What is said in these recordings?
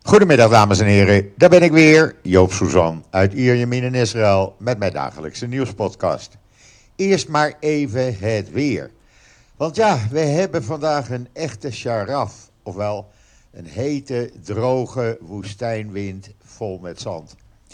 Goedemiddag dames en heren, daar ben ik weer, Joop Suzan uit Ierjemien in Israël met mijn dagelijkse nieuwspodcast. Eerst maar even het weer. Want ja, we hebben vandaag een echte charaf, ofwel een hete, droge woestijnwind vol met zand.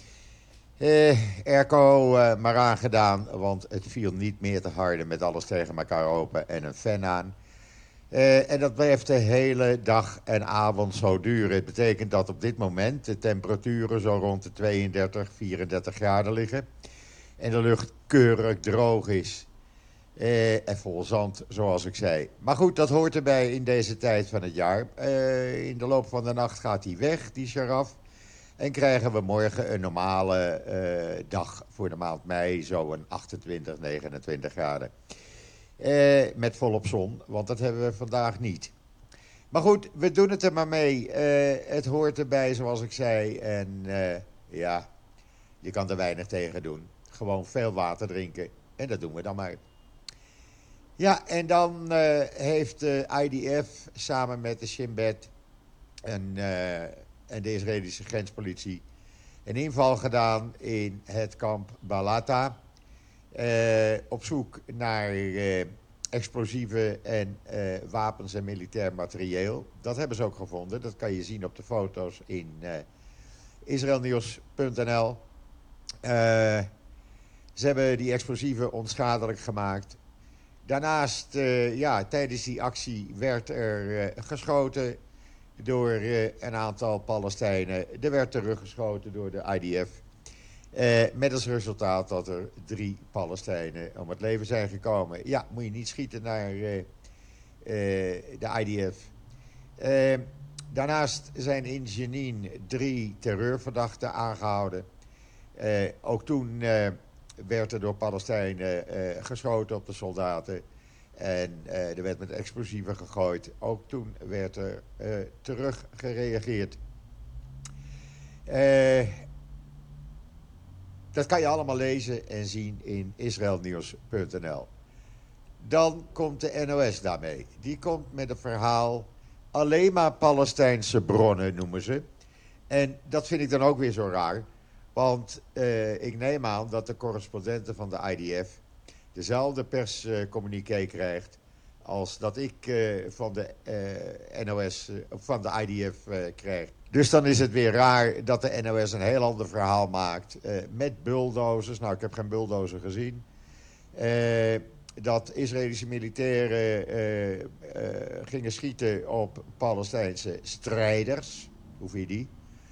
Airco maar aangedaan, want het viel niet meer te harde met alles tegen elkaar open en een fan aan. En dat blijft de hele dag en avond zo duren. Het betekent dat op dit moment de temperaturen zo rond de 32, 34 graden liggen. En de lucht keurig droog is. En vol zand, zoals ik zei. Maar goed, dat hoort erbij in deze tijd van het jaar. In de loop van de nacht gaat die weg, die charaf. En krijgen we morgen een normale dag voor de maand mei. Zo een 28, 29 graden. Met volop zon, want dat hebben we vandaag niet. Maar goed, we doen het er maar mee. Het hoort erbij, zoals ik zei. En ja, je kan er weinig tegen doen. Gewoon veel water drinken. En dat doen we dan maar. Ja, en dan heeft de IDF samen met de Shin Bet en de Israëlische grenspolitie een inval gedaan in het kamp Balata. Op zoek naar explosieven en wapens en militair materieel. Dat hebben ze ook gevonden. Dat kan je zien op de foto's in israelnieuws.nl. Ze hebben die explosieven onschadelijk gemaakt. Daarnaast, tijdens die actie werd er geschoten door een aantal Palestijnen. Er werd teruggeschoten door de IDF. Met als resultaat dat er 3 Palestijnen om het leven zijn gekomen. Ja, moet je niet schieten naar de IDF. Daarnaast zijn in Jenin 3 terreurverdachten aangehouden. Ook toen werd er door Palestijnen geschoten op de soldaten. En er werd met explosieven gegooid. Ook toen werd er terug gereageerd. Dat kan je allemaal lezen en zien in israelnieuws.nl. Dan komt de NOS daarmee. Die komt met een verhaal. Alleen maar Palestijnse bronnen noemen ze. En dat vind ik dan ook weer zo raar. Want ik neem aan dat de correspondenten van de IDF dezelfde perscommuniqué krijgt als dat ik van de NOS, van de IDF krijg. Dus dan is het weer raar dat de NOS een heel ander verhaal maakt met bulldozers. Nou, ik heb geen bulldozer gezien. Dat Israëlische militairen gingen schieten op Palestijnse strijders. Hoe vind je die?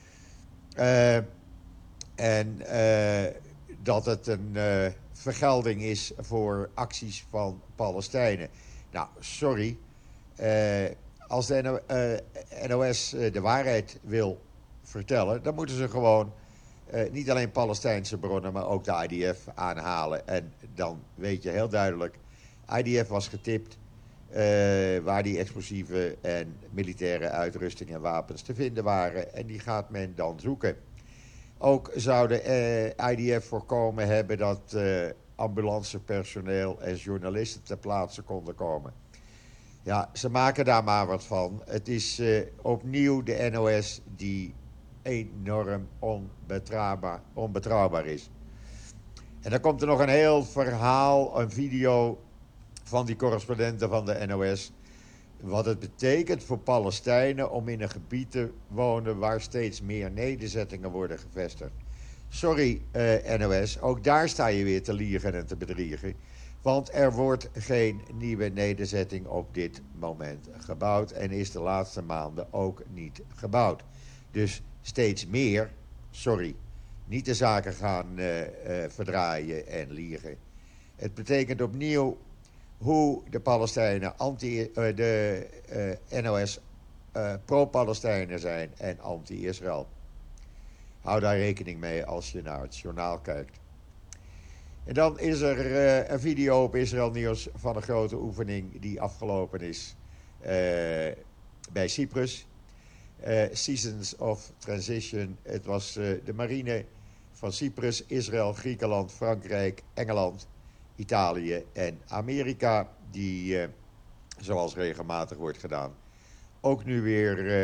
En dat het een vergelding is voor acties van Palestijnen. Nou, sorry. Als de NOS de waarheid wil vertellen, dan moeten ze gewoon niet alleen Palestijnse bronnen, maar ook de IDF aanhalen. En dan weet je heel duidelijk, IDF was getipt waar die explosieven en militaire uitrusting en wapens te vinden waren. En die gaat men dan zoeken. Ook zou de IDF voorkomen hebben dat ambulancepersoneel en journalisten ter plaatse konden komen. Ja, ze maken daar maar wat van. Het is opnieuw de NOS die enorm onbetrouwbaar is. En dan komt er nog een heel verhaal, een video van die correspondenten van de NOS. Wat het betekent voor Palestijnen om in een gebied te wonen waar steeds meer nederzettingen worden gevestigd. Sorry NOS, ook daar sta je weer te liegen en te bedriegen. Want er wordt geen nieuwe nederzetting op dit moment gebouwd en is de laatste maanden ook niet gebouwd. Dus steeds meer, sorry, niet de zaken gaan verdraaien en liegen. Het betekent opnieuw hoe de Palestijnen, de NOS pro-Palestijnen zijn en anti-Israël. Hou daar rekening mee als je naar het journaal kijkt. En dan is er een video op Israël Nieuws van een grote oefening die afgelopen is bij Cyprus. Seasons of Transition. Het was de marine van Cyprus, Israël, Griekenland, Frankrijk, Engeland, Italië en Amerika, die, zoals regelmatig wordt gedaan, ook nu weer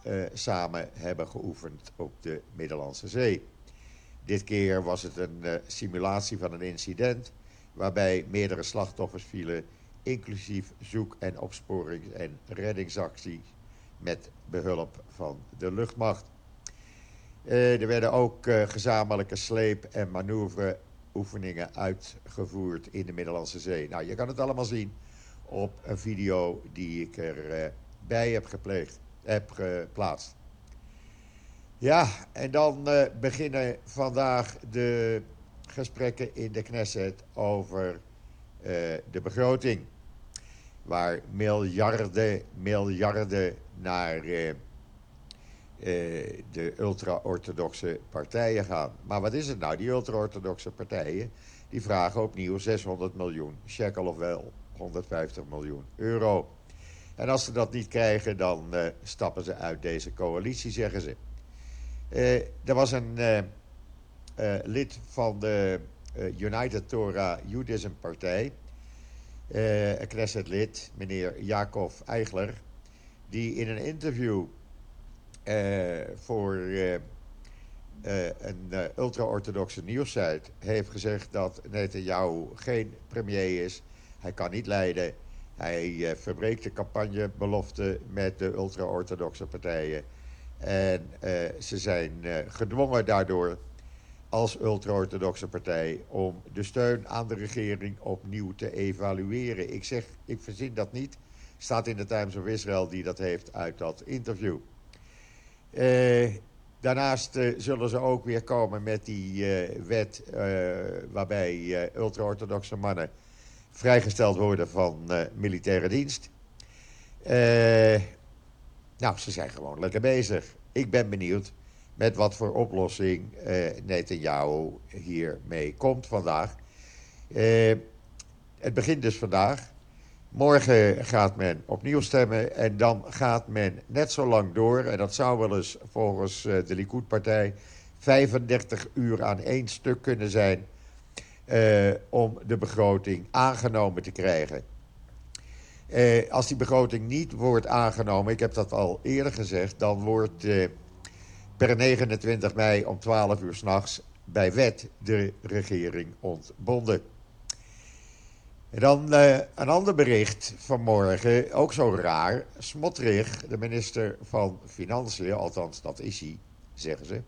samen hebben geoefend op de Middellandse Zee. Dit keer was het een simulatie van een incident waarbij meerdere slachtoffers vielen, inclusief zoek- en opsporings- en reddingsacties met behulp van de luchtmacht. Er werden ook gezamenlijke sleep- en manoeuvreoefeningen uitgevoerd in de Middellandse Zee. Nou, je kan het allemaal zien op een video die ik erbij heb geplaatst. Ja, en dan beginnen vandaag de gesprekken in de Knesset over de begroting. Waar miljarden naar de ultra-orthodoxe partijen gaan. Maar wat is het nou? Die ultra-orthodoxe partijen die vragen opnieuw 600 miljoen shekel, ofwel 150 miljoen euro. En als ze dat niet krijgen, dan stappen ze uit deze coalitie, zeggen ze. Er was een lid van de United Torah Judaism partij, een Knesset-lid, meneer Jacob Eigler, die in een interview voor een ultra-orthodoxe nieuwssite heeft gezegd dat Netanyahu geen premier is. Hij kan niet leiden. Hij verbreekt de campagnebelofte met de ultra-orthodoxe partijen. En ze zijn gedwongen daardoor als ultra-orthodoxe partij om de steun aan de regering opnieuw te evalueren. Ik zeg, ik verzin dat niet. Staat in de Times of Israel die dat heeft uit dat interview. Daarnaast zullen ze ook weer komen met die wet waarbij ultra-orthodoxe mannen vrijgesteld worden van militaire dienst. Nou, ze zijn gewoon lekker bezig. Ik ben benieuwd met wat voor oplossing Netanyahu hiermee komt vandaag. Het begint dus vandaag. Morgen gaat men opnieuw stemmen en dan gaat men net zo lang door. En dat zou wel eens volgens de Likud-partij 35 uur aan één stuk kunnen zijn om de begroting aangenomen te krijgen. Als die begroting niet wordt aangenomen, ik heb dat al eerder gezegd, dan wordt per 29 mei om 12 uur 's nachts bij wet de regering ontbonden. En dan een ander bericht vanmorgen, ook zo raar. Smotrich, de minister van Financiën, althans dat is hij, zeggen ze.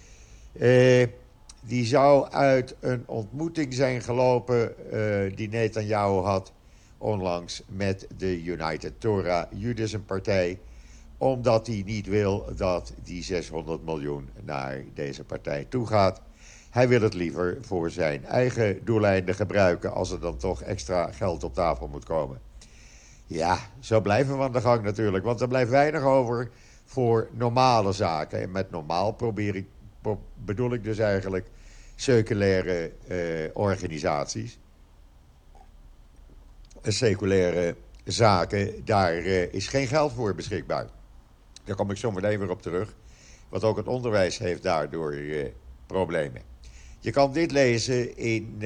Die zou uit een ontmoeting zijn gelopen die Netanyahu had onlangs met de United Torah Judaism partij. Omdat hij niet wil dat die 600 miljoen naar deze partij toe gaat. Hij wil het liever voor zijn eigen doeleinden gebruiken als er dan toch extra geld op tafel moet komen. Ja, zo blijven we aan de gang natuurlijk, want er blijft weinig over voor normale zaken. En met normaal bedoel ik dus eigenlijk seculaire organisaties. Seculaire zaken, daar is geen geld voor beschikbaar. Daar kom ik zo meteen weer op terug. Want ook het onderwijs heeft daardoor problemen. Je kan dit lezen in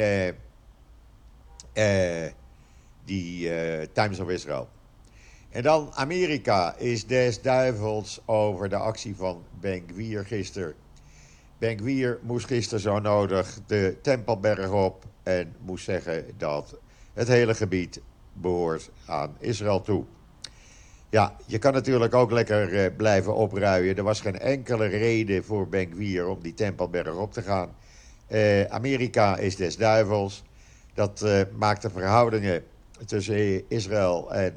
die Times of Israel. En dan Amerika is des duivels over de actie van Ben-Gvir gisteren. Ben-Gvir moest gisteren zo nodig de Tempelberg op en moest zeggen dat het hele gebied behoort aan Israël toe. Ja, je kan natuurlijk ook lekker blijven opruien. Er was geen enkele reden voor Ben-Gvir om die Tempelberg op te gaan. Amerika is des duivels. Dat maakt de verhoudingen tussen Israël en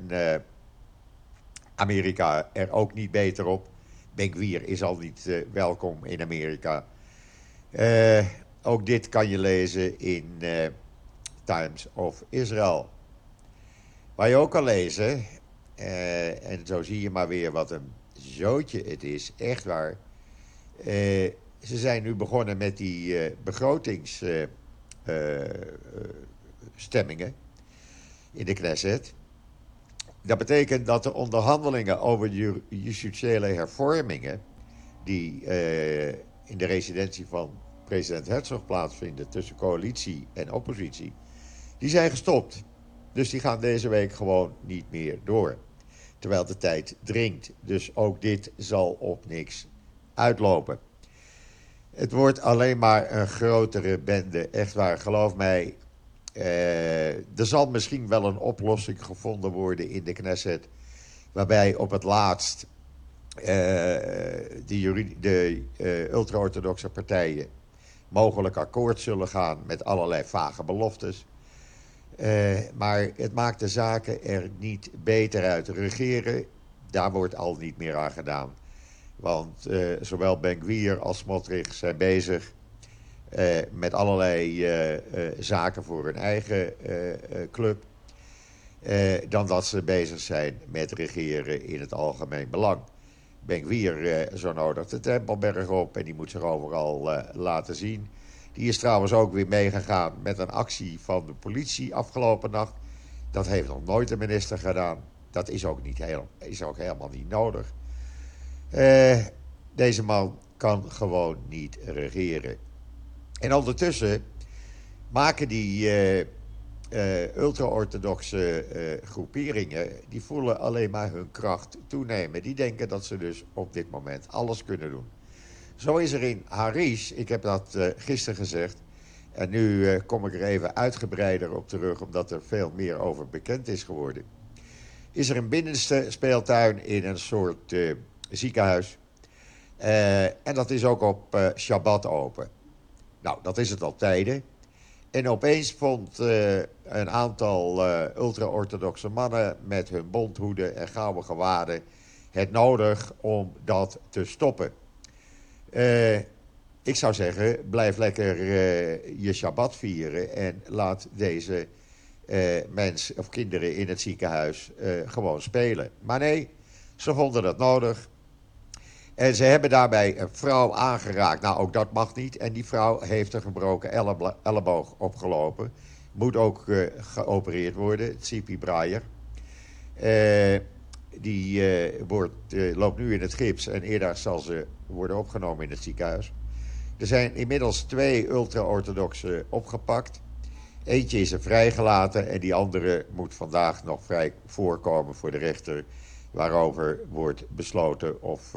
Amerika er ook niet beter op. Ben-Gvir is al niet welkom in Amerika. Ook dit kan je lezen in Times of Israel. Waar je ook kan lezen, en zo zie je maar weer wat een zootje het is, echt waar. Ze zijn nu begonnen met die begrotingsstemmingen in de Knesset. Dat betekent dat de onderhandelingen over justitiële hervormingen, die in de residentie van president Herzog plaatsvinden tussen coalitie en oppositie, die zijn gestopt. Dus die gaan deze week gewoon niet meer door. terwijl de tijd dringt. Dus ook dit zal op niks uitlopen. Het wordt alleen maar een grotere bende, echt waar, geloof mij. Er zal misschien wel een oplossing gevonden worden in de Knesset, waarbij op het laatst de ultra-orthodoxe partijen mogelijk akkoord zullen gaan met allerlei vage beloftes. Maar het maakt de zaken er niet beter uit. Regeren, daar wordt al niet meer aan gedaan. Want zowel Ben-Gvir als Smotrich zijn bezig met allerlei zaken voor hun eigen club. Dan dat ze bezig zijn met regeren in het algemeen belang. Ben-Gvir zo nodig de Tempelberg op en die moet zich overal laten zien. Die is trouwens ook weer meegegaan met een actie van de politie afgelopen nacht. Dat heeft nog nooit de minister gedaan. Dat is ook, is ook helemaal niet nodig. Deze man kan gewoon niet regeren. En ondertussen maken die ultra-orthodoxe groeperingen, die voelen alleen maar hun kracht toenemen. Die denken dat ze dus op dit moment alles kunnen doen. Zo is er in Harish, ik heb dat gisteren gezegd, en nu kom ik er even uitgebreider op terug, omdat er veel meer over bekend is geworden. Is er een binnenste speeltuin in een soort ziekenhuis. En dat is ook op Shabbat open. Nou, dat is het al tijden. En opeens vond een aantal ultra-orthodoxe mannen met hun bonthoeden en gouden gewaden het nodig om dat te stoppen. Ik zou zeggen, blijf lekker je Shabbat vieren en laat deze mensen of kinderen in het ziekenhuis gewoon spelen. Maar nee, ze vonden dat nodig. En ze hebben daarbij een vrouw aangeraakt. Nou, ook dat mag niet. En die vrouw heeft een gebroken elleboog opgelopen. Moet ook geopereerd worden, Tzipi Breyer. Die loopt nu in het gips en eerder zal ze worden opgenomen in het ziekenhuis. Er zijn inmiddels 2 ultra-orthodoxen opgepakt. Eentje is er vrijgelaten en die andere moet vandaag nog vrij voorkomen voor de rechter, waarover wordt besloten of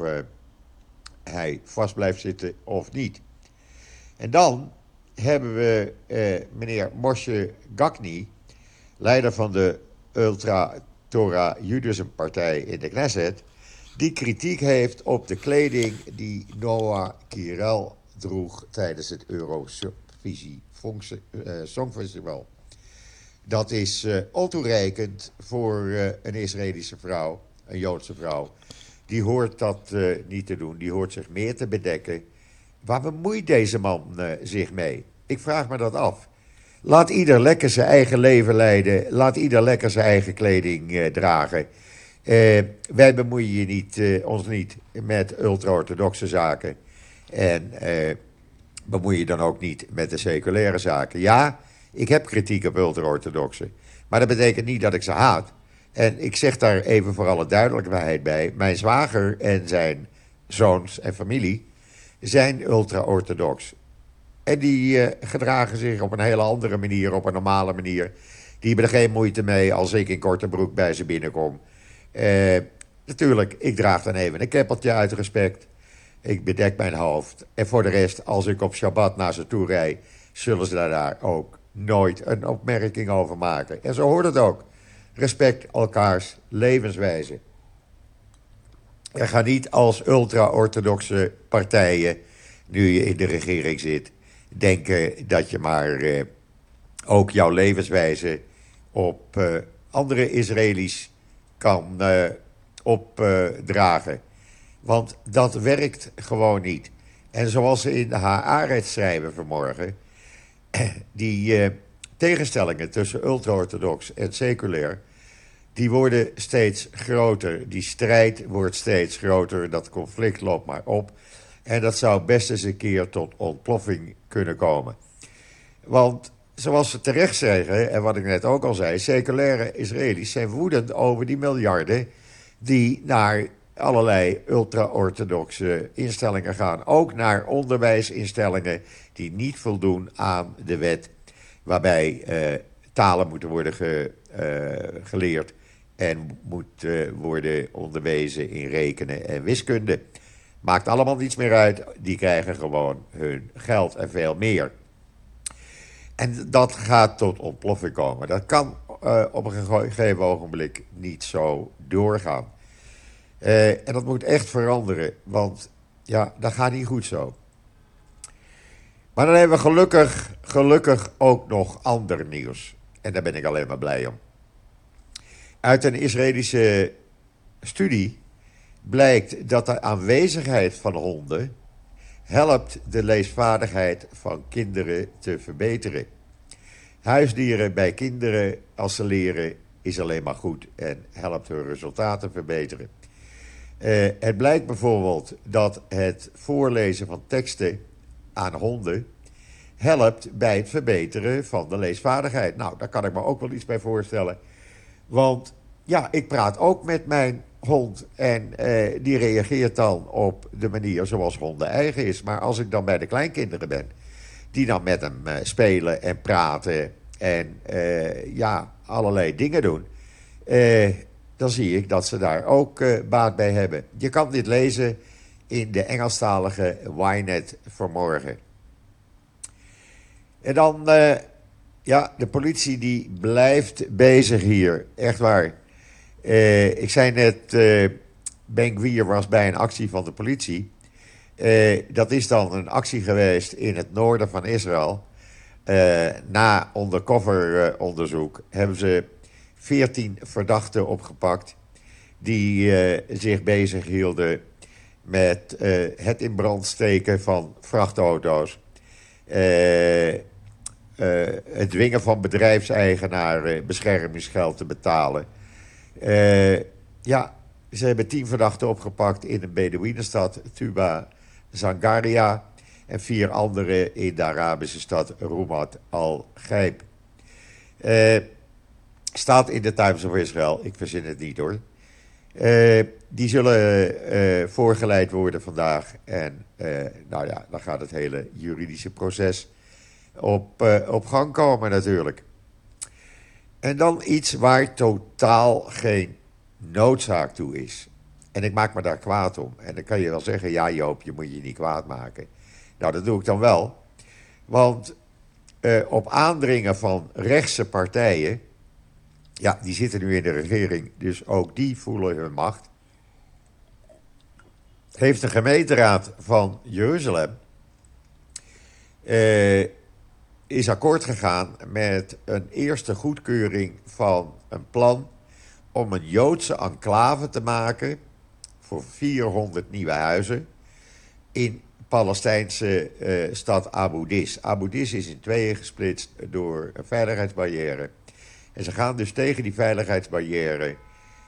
hij vast blijft zitten of niet. En dan hebben we meneer Moshe Gagni, leider van de Ultra-Torah Judaism partij in de Knesset, die kritiek heeft op de kleding die Noah Kirel droeg tijdens het Eurovisie Songfestival. Dat is ontoereikend voor een Israëlische vrouw, een Joodse vrouw. Die hoort dat niet te doen, die hoort zich meer te bedekken. Waar bemoeit deze man zich mee? Ik vraag me dat af. Laat ieder lekker zijn eigen leven leiden. Laat ieder lekker zijn eigen kleding dragen. Wij bemoeien ons niet met ultra-orthodoxe zaken. En bemoei je dan ook niet met de seculaire zaken. Ja, ik heb kritiek op ultra-orthodoxen. Maar dat betekent niet dat ik ze haat. En ik zeg daar even voor alle duidelijkheid bij. Mijn zwager en zijn zoons en familie zijn ultra-orthodox. En die gedragen zich op een hele andere manier, op een normale manier. Die hebben er geen moeite mee als ik in korte broek bij ze binnenkom. Natuurlijk, ik draag dan even een keppeltje uit respect. Ik bedek mijn hoofd. En voor de rest, als ik op Shabbat naar ze toe rijd, zullen ze daar ook nooit een opmerking over maken. En zo hoort het ook. Respect elkaars levenswijze. En ga niet als ultra-orthodoxe partijen, nu je in de regering zit, denken dat je maar ook jouw levenswijze op andere Israëli's kan opdragen. Want dat werkt gewoon niet. En zoals ze in de Haaretz schrijven vanmorgen, die tegenstellingen tussen ultra-orthodox en seculair, die worden steeds groter. Die strijd wordt steeds groter. Dat conflict loopt maar op. En dat zou best eens een keer tot ontploffing kunnen komen. Want zoals ze terecht zeggen, en wat ik net ook al zei, seculaire Israëli's zijn woedend over die miljarden die naar allerlei ultra-orthodoxe instellingen gaan. Ook naar onderwijsinstellingen die niet voldoen aan de wet, waarbij talen moeten worden geleerd en moet worden onderwezen in rekenen en wiskunde. Maakt allemaal niets meer uit, die krijgen gewoon hun geld en veel meer. En dat gaat tot ontploffing komen. Dat kan op een gegeven ogenblik niet zo doorgaan. En dat moet echt veranderen, want ja, dat gaat niet goed zo. Maar dan hebben we gelukkig ook nog ander nieuws. En daar ben ik alleen maar blij om. Uit een Israëlische studie blijkt dat de aanwezigheid van honden helpt de leesvaardigheid van kinderen te verbeteren. Huisdieren bij kinderen, als ze leren, is alleen maar goed en helpt hun resultaten verbeteren. Het blijkt bijvoorbeeld dat het voorlezen van teksten aan honden helpt bij het verbeteren van de leesvaardigheid. Nou, daar kan ik me ook wel iets bij voorstellen. Want ja, ik praat ook met mijn hond en die reageert dan op de manier zoals honden eigen is. Maar als ik dan bij de kleinkinderen ben, die dan met hem spelen en praten en ja, allerlei dingen doen, dan zie ik dat ze daar ook baat bij hebben. Je kan dit lezen in de Engelstalige Ynet vanmorgen. En dan, ja, de politie die blijft bezig hier, echt waar. Ik zei net, Ben-Gvir was bij een actie van de politie. Dat is dan een actie geweest in het noorden van Israël. Na undercover onderzoek hebben ze 14 verdachten opgepakt die zich bezig hielden met het in brand steken van vrachtauto's. Het dwingen van bedrijfseigenaren beschermingsgeld te betalen. Ja, ze hebben 10 verdachten opgepakt in een Bedouinenstad, Tuba Zangaria. En 4 andere in de Arabische stad Rumat al-Ghaib. Staat in de Times of Israel, ik verzin het niet hoor. Die zullen voorgeleid worden vandaag. En nou ja, dan gaat het hele juridische proces op gang komen natuurlijk. En dan iets waar totaal geen noodzaak toe is. En ik maak me daar kwaad om. En dan kan je wel zeggen, ja Joop, je moet je niet kwaad maken. Nou, dat doe ik dan wel. Want op aandringen van rechtse partijen, ja, die zitten nu in de regering, dus ook die voelen hun macht, heeft de gemeenteraad van Jeruzalem is akkoord gegaan met een eerste goedkeuring van een plan om een Joodse enclave te maken voor 400 nieuwe huizen in Palestijnse stad Abu Dis. Abu Dis is in tweeën gesplitst door een veiligheidsbarrière. En ze gaan dus tegen die veiligheidsbarrière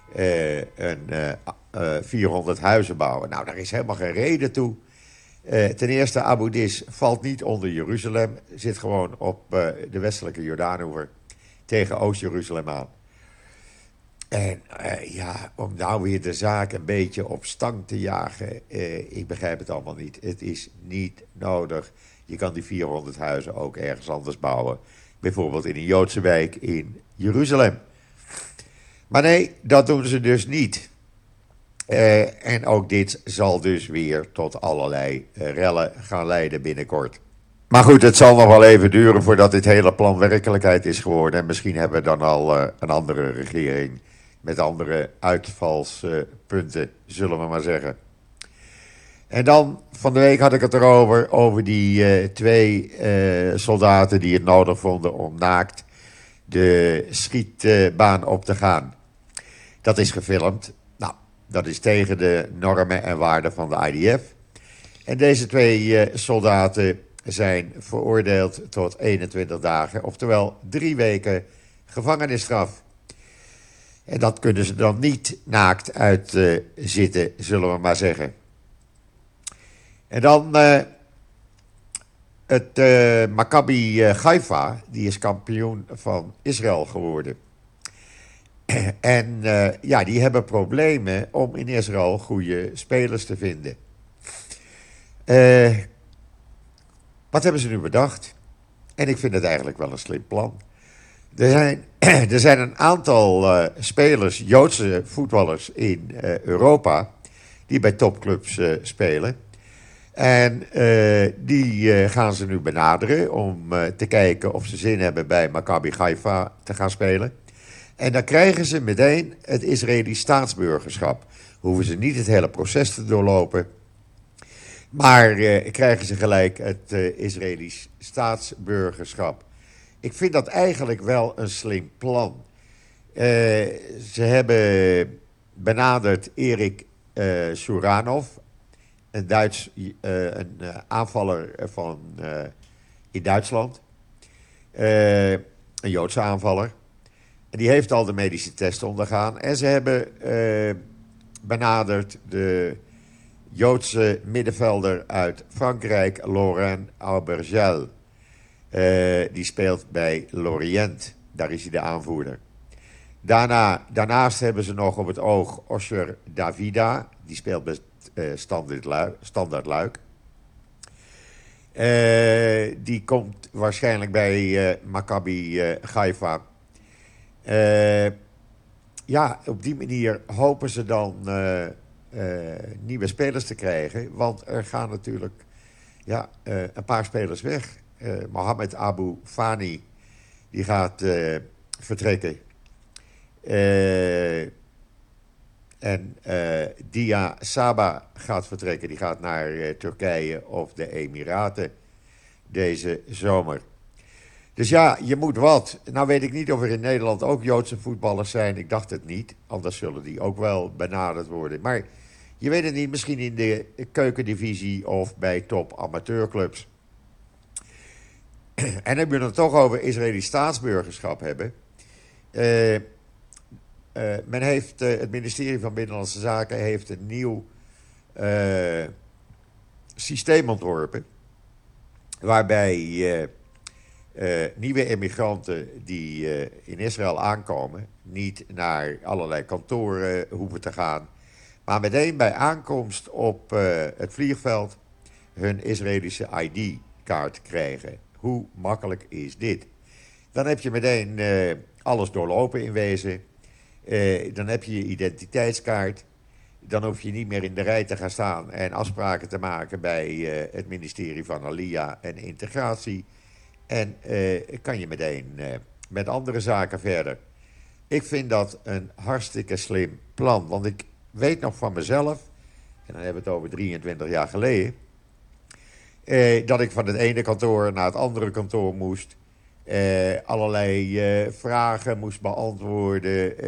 400 huizen bouwen. Nou, daar is helemaal geen reden toe. Ten eerste, Abu Dis valt niet onder Jeruzalem. Zit gewoon op de westelijke Jordaanoever tegen Oost-Jeruzalem aan. En ja, om nou weer de zaak een beetje op stang te jagen, ik begrijp het allemaal niet. Het is niet nodig. Je kan die 400 huizen ook ergens anders bouwen. Bijvoorbeeld in een Joodse wijk in Jeruzalem. Maar nee, dat doen ze dus niet. En ook dit zal dus weer tot allerlei rellen gaan leiden binnenkort. Maar goed, het zal nog wel even duren voordat dit hele plan werkelijkheid is geworden. En misschien hebben we dan al een andere regering met andere uitvalspunten, zullen we maar zeggen. En dan, van de week had ik het erover, over die 2 soldaten die het nodig vonden om naakt de schietbaan op te gaan. Dat is gefilmd. Nou, dat is tegen de normen en waarden van de IDF. En deze 2 soldaten zijn veroordeeld tot 21 dagen, oftewel 3 weken gevangenisstraf. En dat kunnen ze dan niet naakt uitzitten, zullen we maar zeggen. En dan het Maccabi Haifa, die is kampioen van Israël geworden. En ja, die hebben problemen om in Israël goede spelers te vinden. Wat hebben ze nu bedacht? En ik vind het eigenlijk wel een slim plan. Er zijn, er zijn een aantal spelers, Joodse voetballers in Europa, die bij topclubs spelen. En die gaan ze nu benaderen om te kijken of ze zin hebben bij Maccabi Haifa te gaan spelen. En dan krijgen ze meteen het Israëlisch staatsburgerschap. Hoeven ze niet het hele proces te doorlopen. Maar krijgen ze gelijk het Israëlisch staatsburgerschap. Ik vind dat eigenlijk wel een slim plan. Eh, Ze hebben benaderd Erik Suranov, een aanvaller in Duitsland. Een Joodse aanvaller. En die heeft al de medische test ondergaan. En ze hebben benaderd de Joodse middenvelder uit Frankrijk, Laurent Aubergel. Die speelt bij Lorient. Daar is hij de aanvoerder. Daarnaast hebben ze nog op het oog Osher Davida. Die speelt bij Standard Luik. Die komt waarschijnlijk bij Maccabi Haifa. Ja, op die manier hopen ze dan nieuwe spelers te krijgen. Want er gaan natuurlijk een paar spelers weg. Mohamed Abu Fani, die gaat vertrekken. En Dia Saba gaat vertrekken. Die gaat naar Turkije of de Emiraten deze zomer. Dus ja, je moet wat. Nou weet ik niet of er in Nederland ook Joodse voetballers zijn. Ik dacht het niet. Anders zullen die ook wel benaderd worden. Maar je weet het niet. Misschien in de keukendivisie of bij top amateurclubs. En dan we het toch over Israëlisch staatsburgerschap hebben. Men heeft, het ministerie van Binnenlandse Zaken heeft een nieuw systeem ontworpen. Waarbij nieuwe immigranten die in Israël aankomen niet naar allerlei kantoren hoeven te gaan. Maar meteen bij aankomst op het vliegveld hun Israëlische ID-kaart krijgen. Hoe makkelijk is dit? Dan heb je meteen alles doorlopen in wezen. Dan heb je je identiteitskaart. Dan hoef je niet meer in de rij te gaan staan en afspraken te maken bij het ministerie van Aliyah en Integratie. En kan je meteen met andere zaken verder. Ik vind dat een hartstikke slim plan. Want ik weet nog van mezelf, en dan hebben we het over 23 jaar geleden, dat ik van het ene kantoor naar het andere kantoor moest. Allerlei vragen moest beantwoorden.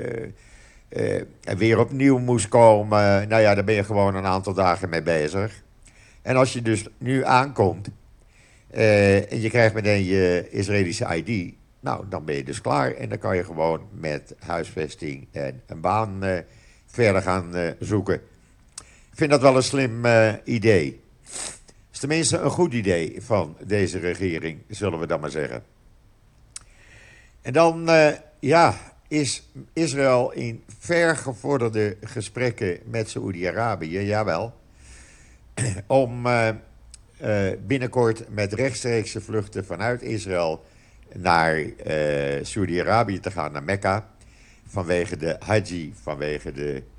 En weer opnieuw moest komen. Nou ja, daar ben je gewoon een aantal dagen mee bezig. En als je dus nu aankomt en je krijgt meteen je Israëlische ID, nou, dan ben je dus klaar. En dan kan je gewoon met huisvesting en een baan verder gaan zoeken. Ik vind dat wel een slim idee. Is tenminste een goed idee van deze regering, zullen we dan maar zeggen. En dan is Israël in vergevorderde gesprekken met Saoedi-Arabië, jawel, om binnenkort met rechtstreekse vluchten vanuit Israël naar Saoedi-Arabië te gaan, naar Mekka, vanwege de Haji, vanwege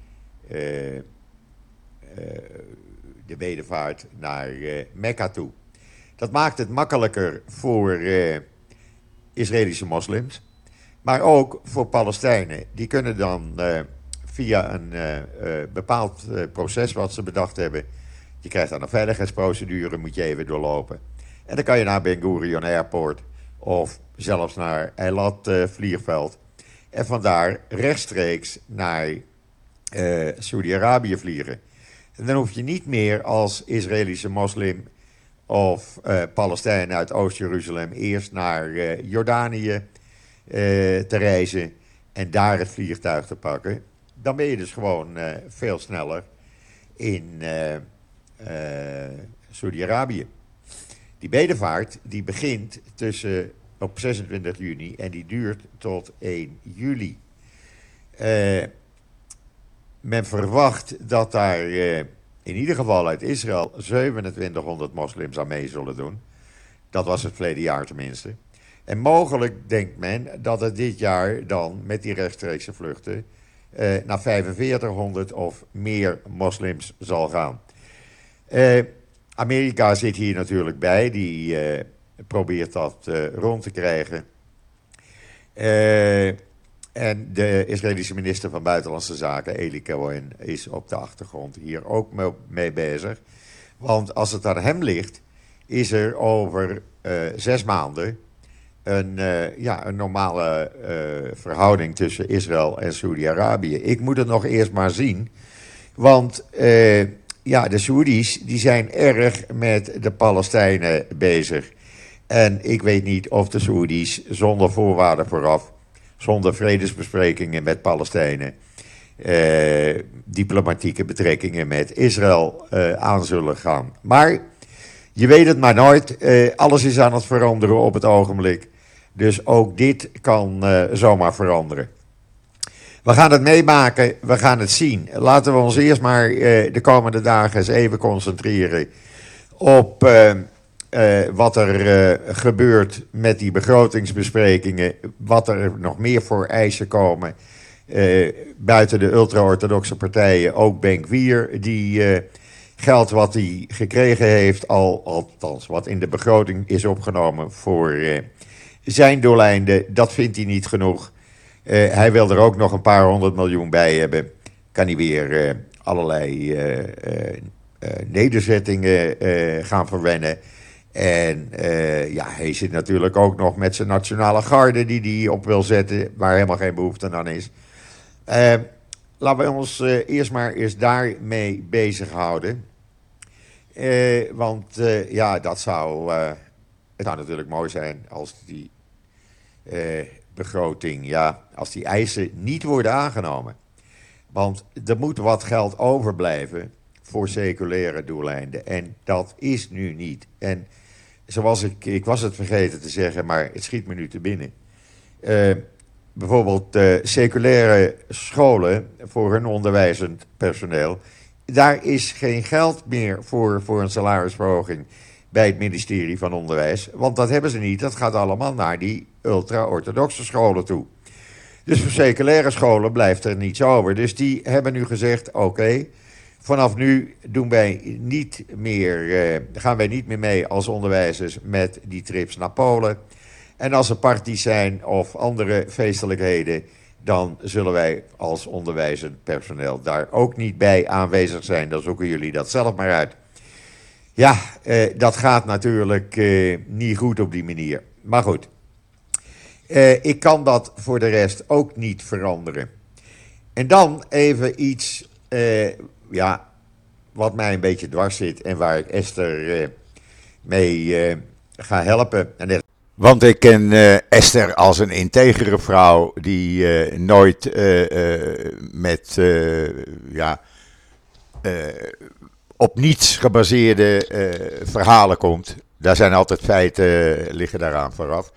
de bedevaart naar Mekka toe. Dat maakt het makkelijker voor Israëlische moslims, maar ook voor Palestijnen. Die kunnen dan via een bepaald proces wat ze bedacht hebben. Je krijgt dan een veiligheidsprocedure, moet je even doorlopen. En dan kan je naar Ben Gurion Airport of zelfs naar Eilat vliegveld. En vandaar rechtstreeks naar Saudi-Arabië vliegen. En dan hoef je niet meer als Israëlische moslim of Palestijn uit Oost-Jeruzalem eerst naar Jordanië te reizen en daar het vliegtuig te pakken. Dan ben je dus gewoon veel sneller in Saudi-Arabië. Die bedevaart die begint op 26 juni en die duurt tot 1 juli. Men verwacht dat daar in ieder geval uit Israël 2700 moslims aan mee zullen doen. Dat was het verleden jaar tenminste. En mogelijk denkt men dat het dit jaar dan met die rechtstreekse vluchten naar 4500 of meer moslims zal gaan. Amerika zit hier natuurlijk bij, die probeert dat rond te krijgen. En de Israëlische minister van Buitenlandse Zaken, Eli Cohen, is op de achtergrond hier ook mee bezig. Want als het aan hem ligt, is er over 6 maanden een normale verhouding tussen Israël en Saoedi-Arabië. Ik moet het nog eerst maar zien. Want de Saoedi's die zijn erg met de Palestijnen bezig. En ik weet niet of de Saoedi's zonder voorwaarden vooraf, zonder vredesbesprekingen met Palestijnen, diplomatieke betrekkingen met Israël aan zullen gaan. Maar je weet het maar nooit. Alles is aan het veranderen op het ogenblik. Dus ook dit kan zomaar veranderen. We gaan het meemaken, we gaan het zien. Laten we ons eerst maar de komende dagen eens even concentreren op wat er gebeurt met die begrotingsbesprekingen. Wat er nog meer voor eisen komen. Buiten de ultra-orthodoxe partijen ook Ben-Gvir, die geld wat hij gekregen heeft, althans wat in de begroting is opgenomen voor zijn doeleinden, dat vindt hij niet genoeg. Hij wil er ook nog een paar 100 miljoen bij hebben. Kan hij weer allerlei nederzettingen gaan verwennen. En hij zit natuurlijk ook nog met zijn nationale garde die hij op wil zetten, waar helemaal geen behoefte aan is. Laten we ons eerst maar eens daarmee bezighouden. Want dat zou, het zou natuurlijk mooi zijn als die begroting, als die eisen niet worden aangenomen. Want er moet wat geld overblijven voor seculaire doeleinden. En dat is nu niet. En zoals ik was het vergeten te zeggen, maar het schiet me nu te binnen. Bijvoorbeeld seculaire scholen voor hun onderwijzend personeel. Daar is geen geld meer voor een salarisverhoging bij het ministerie van Onderwijs. Want dat hebben ze niet. Dat gaat allemaal naar die ultra-orthodoxe scholen toe. Dus voor seculaire scholen blijft er niets over. Dus die hebben nu gezegd, oké, vanaf nu gaan wij niet meer mee als onderwijzers met die trips naar Polen. En als er parties zijn of andere feestelijkheden, dan zullen wij als onderwijzend personeel daar ook niet bij aanwezig zijn. Dan zoeken jullie dat zelf maar uit. Ja, dat gaat natuurlijk niet goed op die manier. Maar goed, ik kan dat voor de rest ook niet veranderen. En dan even iets wat mij een beetje dwars zit en waar ik Esther mee ga helpen. Want ik ken Esther als een integere vrouw die nooit op niets gebaseerde verhalen komt. Daar zijn altijd feiten, liggen daaraan vooraf.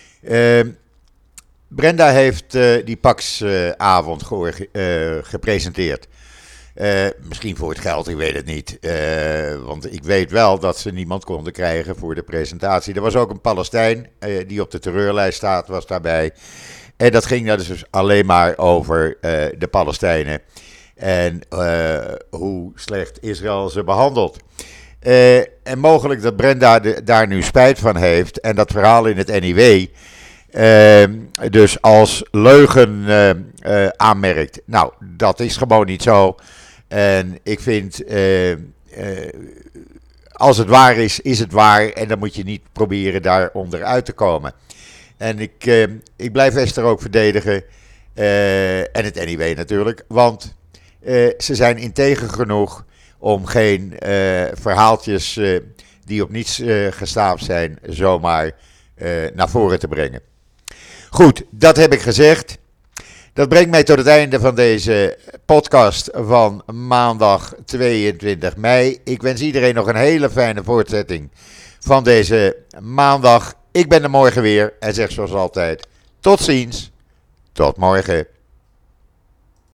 Brenda heeft die Pax-avond gepresenteerd. Misschien voor het geld, ik weet het niet. Want ik weet wel dat ze niemand konden krijgen voor de presentatie. Er was ook een Palestijn die op de terreurlijst staat, was daarbij. En dat ging dus alleen maar over de Palestijnen. En hoe slecht Israël ze behandelt. En mogelijk dat Brenda daar nu spijt van heeft. En dat verhaal in het NIW dus als leugen aanmerkt. Nou, dat is gewoon niet zo. En ik vind, als het waar is, is het waar. En dan moet je niet proberen daar onderuit te komen. En ik blijf Esther ook verdedigen. En het NIW natuurlijk. Want ze zijn integer genoeg om geen verhaaltjes die op niets gestaafd zijn zomaar naar voren te brengen. Goed, dat heb ik gezegd. Dat brengt mij tot het einde van deze podcast van maandag 22 mei. Ik wens iedereen nog een hele fijne voortzetting van deze maandag. Ik ben er morgen weer en zeg zoals altijd, tot ziens, tot morgen.